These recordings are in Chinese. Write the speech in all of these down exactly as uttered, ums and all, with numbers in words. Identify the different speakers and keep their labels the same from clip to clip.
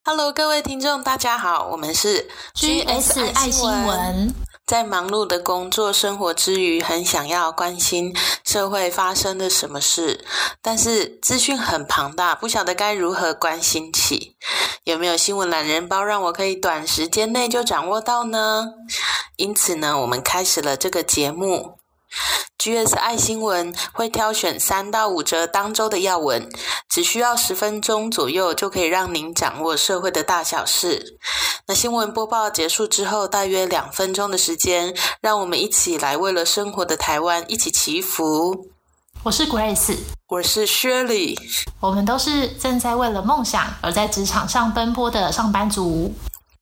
Speaker 1: Hello， 各位听众，大家好，我们是
Speaker 2: G S 爱新闻。
Speaker 1: 在忙碌的工作生活之余，很想要关心社会发生了什么事，但是资讯很庞大，不晓得该如何关心起。有没有新闻懒人包让我可以短时间内就掌握到呢？因此呢，我们开始了这个节目。G S 爱新闻会挑选三到五则当周的要闻，只需要十分钟左右就可以让您掌握社会的大小事。那新闻播报结束之后，大约两分钟的时间，让我们一起来为了生活的台湾一起祈福。
Speaker 2: 我是 Grace，
Speaker 1: 我是 Shirley，
Speaker 2: 我们都是正在为了梦想而在职场上奔波的上班族。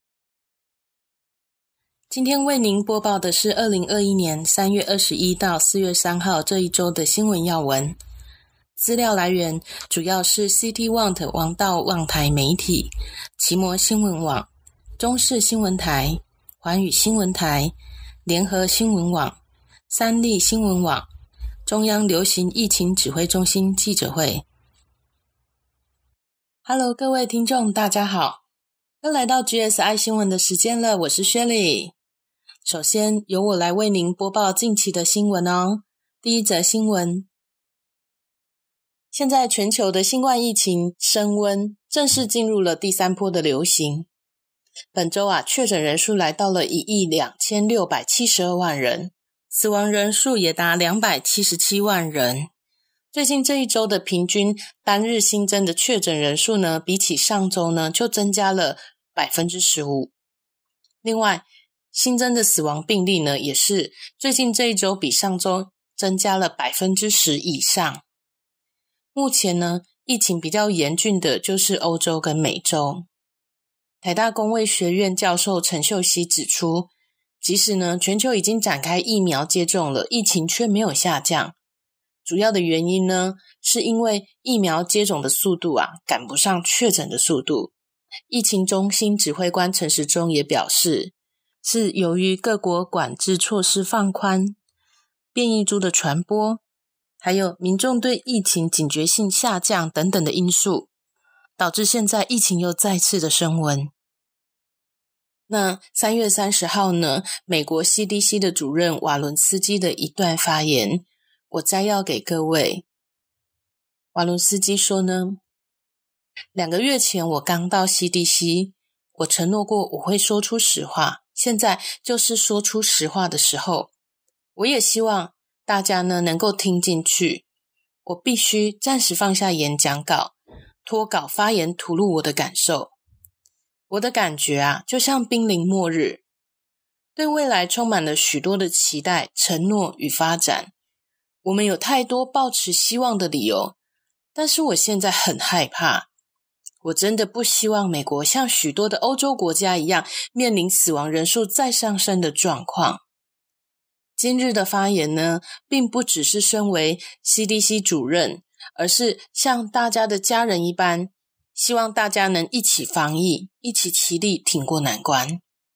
Speaker 1: 今天为您播报的是二零二一年三月二十一到四月三号这一周的新闻要闻。资料来源主要是 C T Want 王道网台媒体、奇摩新闻网、中视新闻台、环宇新闻台、联合新闻网、三立新闻网、中央流行疫情指挥中心记者会。Hello， 各位听众，大家好，又来到 G S 爱新闻的时间了，我是 Shirley。首先由我来为您播报近期的新闻哦。第一则新闻，现在全球的新冠疫情升温，正式进入了第三波的流行。本周啊，确诊人数来到了一亿两千六百七十二万人，死亡人数也达两百七十七万人。最近这一周的平均单日新增的确诊人数呢，比起上周呢，就增加了 百分之十五。另外，新增的死亡病例呢，也是最近这一周比上周增加了 百分之十 以上。目前呢，疫情比较严峻的就是欧洲跟美洲。台大公卫学院教授陈秀熙指出，即使呢全球已经展开疫苗接种了，疫情却没有下降。主要的原因呢，是因为疫苗接种的速度啊，赶不上确诊的速度。疫情中心指挥官陈时中也表示，是由于各国管制措施放宽、变异株的传播，还有民众对疫情警觉性下降等等的因素，导致现在疫情又再次的升温。那三月三十号呢，美国 C D C 的主任瓦伦斯基的一段发言，我摘要给各位。瓦伦斯基说呢，两个月前我刚到 C D C， 我承诺过我会说出实话，现在就是说出实话的时候。我也希望大家呢能够听进去，我必须暂时放下演讲稿，脱稿发言吐露我的感受。我的感觉啊，就像濒临末日，对未来充满了许多的期待、承诺与发展。我们有太多抱持希望的理由，但是我现在很害怕。我真的不希望美国像许多的欧洲国家一样，面临死亡人数再上升的状况。今日的发言呢，并不只是身为 C D C 主任，而是像大家的家人一般，希望大家能一起防疫，一起齐力挺过难关。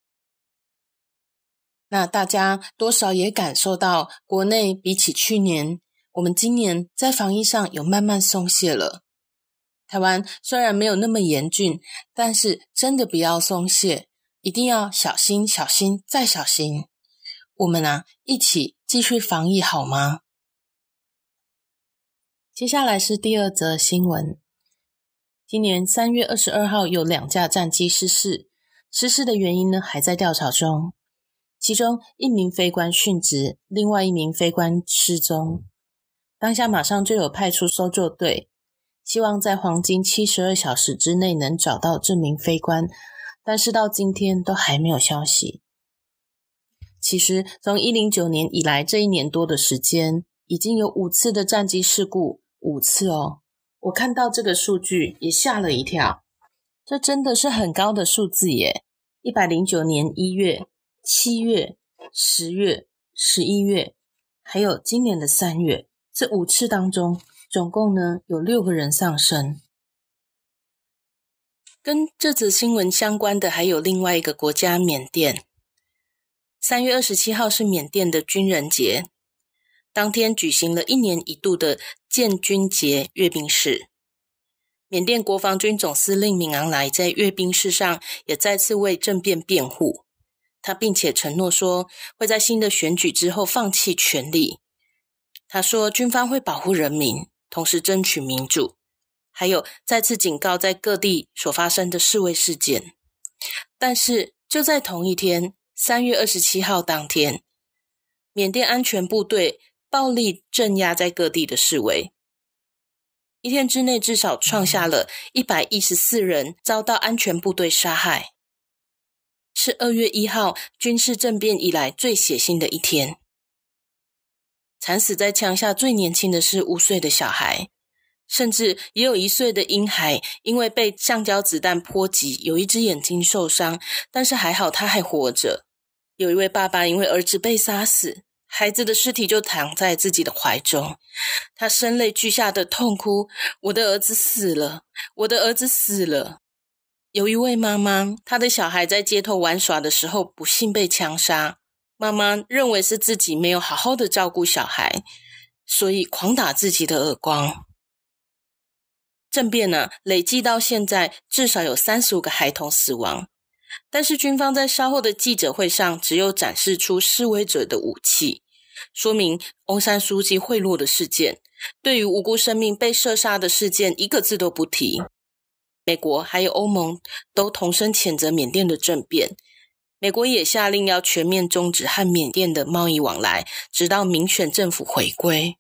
Speaker 1: 那大家多少也感受到，国内比起去年，我们今年在防疫上有慢慢松懈了。台湾虽然没有那么严峻，但是真的不要松懈，一定要小心小心再小心。我们啊，一起继续防疫好吗？接下来是第二则新闻。今年三月二十二号有两架战机失事，失事的原因呢还在调查中。其中一名飞官殉职，另外一名飞官失踪。当下马上就有派出搜救队，希望在黄金七十二小时之内能找到这名飞官，但是到今天都还没有消息。其实从一零九年以来，这一年多的时间，已经有五次的战机事故，五次哦。我看到这个数据也吓了一跳，这真的是很高的数字耶。一百零九年一月、七月、十月、十一月，还有今年的三月，这五次当中，总共呢有六个人丧生。跟这则新闻相关的还有另外一个国家缅甸。三月二十七号是缅甸的军人节，当天举行了一年一度的建军节阅兵式。 缅甸国防军总司令敏昂莱在阅兵式上也再次为政变辩护，他并且承诺说会在新的选举之后放弃权力。他说军方会保护人民，同时争取民主，还有再次警告在各地所发生的示威事件。但是就在同一天，三月二十七号当天，缅甸安全部队暴力镇压在各地的示威，一天之内至少创下了一百一十四人遭到安全部队杀害，是二月一号军事政变以来最血腥的一天。惨死在枪下最年轻的是五岁的小孩，甚至也有一岁的婴孩因为被橡胶子弹波及，有一只眼睛受伤，但是还好他还活着。有一位爸爸因为儿子被杀死，孩子的尸体就躺在自己的怀中，他声泪俱下的痛哭，我的儿子死了，我的儿子死了。有一位妈妈，她的小孩在街头玩耍的时候不幸被枪杀，妈妈认为是自己没有好好的照顾小孩，所以狂打自己的耳光。政变呢、啊，累计到现在至少有三十五个孩童死亡，但是军方在稍后的记者会上只有展示出示威者的武器，说明翁山书记贿赂的事件，对于无辜生命被射杀的事件一个字都不提。美国还有欧盟都同声谴责缅甸的政变，美国也下令要全面终止和缅甸的贸易往来，直到民选政府回归。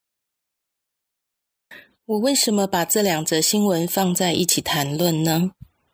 Speaker 1: 我为什么把这两则新闻放在一起谈论呢？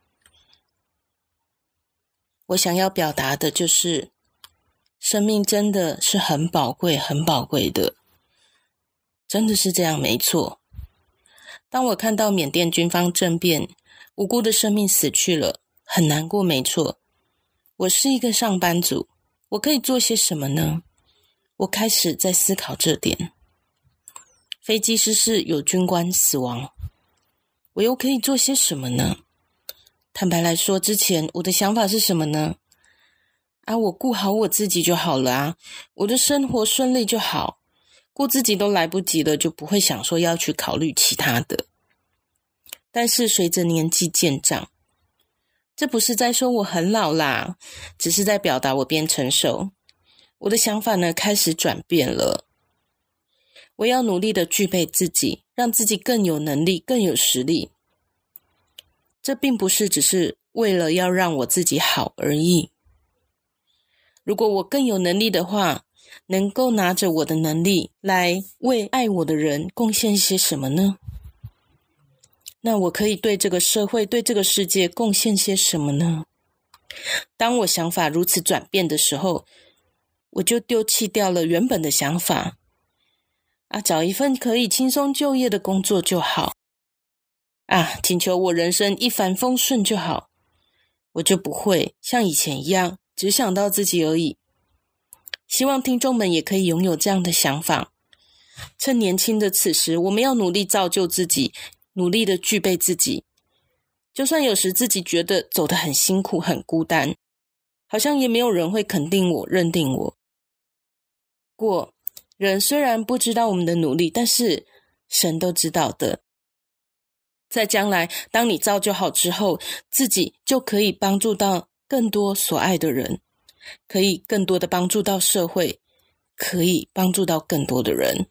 Speaker 1: 我想要表达的就是，生命真的是很宝贵很宝贵的，真的是这样没错。当我看到缅甸军方政变，无辜的生命死去了，很难过没错。我是一个上班族，我可以做些什么呢？我开始在思考这点。飞机失事有军官死亡，我又可以做些什么呢？坦白来说，之前我的想法是什么呢？啊，我顾好我自己就好了啊，我的生活顺利就好，顾自己都来不及了，就不会想说要去考虑其他的。但是随着年纪渐长，这不是在说我很老啦，只是在表达我变成熟。我的想法呢，开始转变了。我要努力的具备自己，让自己更有能力，更有实力。这并不是只是为了要让我自己好而已。如果我更有能力的话，能够拿着我的能力来为爱我的人贡献些什么呢？那我可以对这个社会，对这个世界贡献些什么呢？当我想法如此转变的时候，我就丢弃掉了原本的想法。啊，找一份可以轻松就业的工作就好。啊，请求我人生一帆风顺就好。我就不会像以前一样，只想到自己而已。希望听众们也可以拥有这样的想法。趁年轻的此时，我们要努力造就自己，努力的具备自己。就算有时自己觉得走得很辛苦，很孤单，好像也没有人会肯定我，认定我。不过人虽然不知道我们的努力，但是神都知道的。在将来，当你造就好之后，自己就可以帮助到更多所爱的人，可以更多的帮助到社会，可以帮助到更多的人。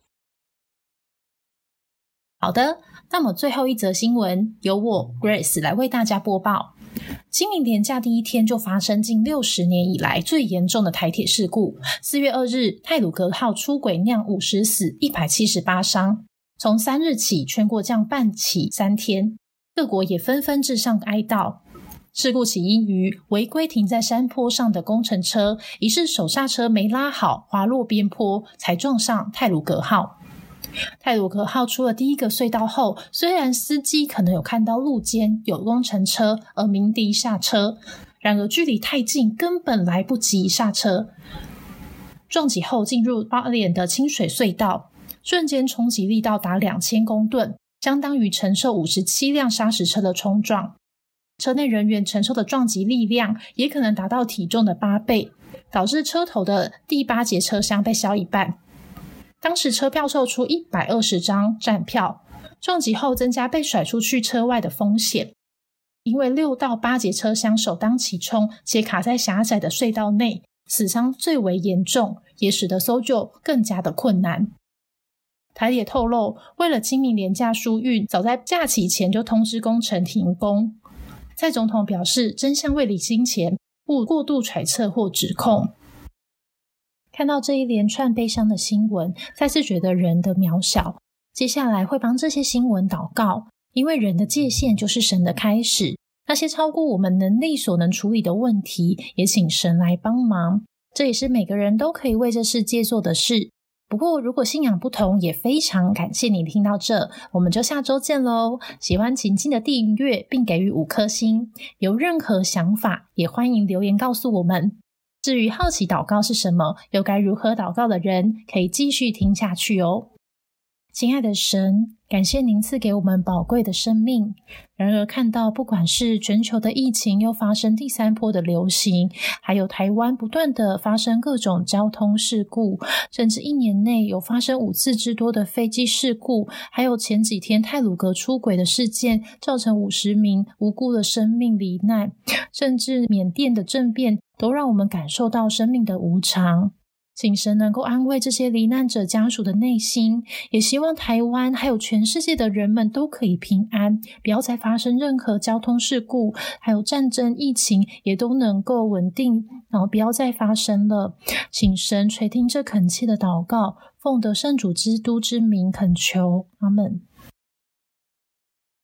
Speaker 2: 好的，那么最后一则新闻由我 Grace 来为大家播报。清明连假第一天就发生近六十年以来最严重的台铁事故。四月二日，太鲁阁号出轨酿五十死一百七十八伤。从三日起，全国降半旗三天，各国也纷纷致上哀悼。事故起因于违规停在山坡上的工程车，疑似手刹车没拉好，滑落边坡，才撞上太鲁阁号。太鲁阁号出了第一个隧道后，虽然司机可能有看到路肩有工程车而鸣笛刹车，然而距离太近，根本来不及刹车。撞击后进入八连的清水隧道，瞬间冲击力道达两千公吨，相当于承受五十七辆砂石车的冲撞。车内人员承受的撞击力量也可能达到体重的八倍，导致车头的第八节车厢被削一半。当时车票售出一百二十张站票， 重击后增加被甩出去车外的风险，因为六到八节车厢首当其冲，且卡在狭窄的隧道内，死伤最为严重，也使得搜救更加的困难。台铁透露，为了清明连假疏运，早在假期前就通知工程停工。蔡总统表示，真相未理清前，勿过度揣测或指控。看到这一连串悲伤的新闻，再次觉得人的渺小。接下来会帮这些新闻祷告，因为人的界限就是神的开始。那些超过我们能力所能处理的问题，也请神来帮忙。这也是每个人都可以为这世界做的事。不过如果信仰不同，也非常感谢你听到这，我们就下周见咯。喜欢请记得订阅并给予五颗星，有任何想法也欢迎留言告诉我们。至于好奇祷告是什么，又该如何祷告的人，可以继续听下去哦。亲爱的神，感谢您赐给我们宝贵的生命。然而看到不管是全球的疫情又发生第三波的流行，还有台湾不断的发生各种交通事故，甚至一年内有发生五次之多的飞机事故，还有前几天太鲁阁出轨的事件，造成五十名无辜的生命罹难，甚至缅甸的政变，都让我们感受到生命的无常。请神能够安慰这些罹难者家属的内心，也希望台湾还有全世界的人们都可以平安，不要再发生任何交通事故，还有战争疫情也都能够稳定，然后不要再发生了。请神垂听这恳切的祷告，奉得圣主基督之名恳求，阿们。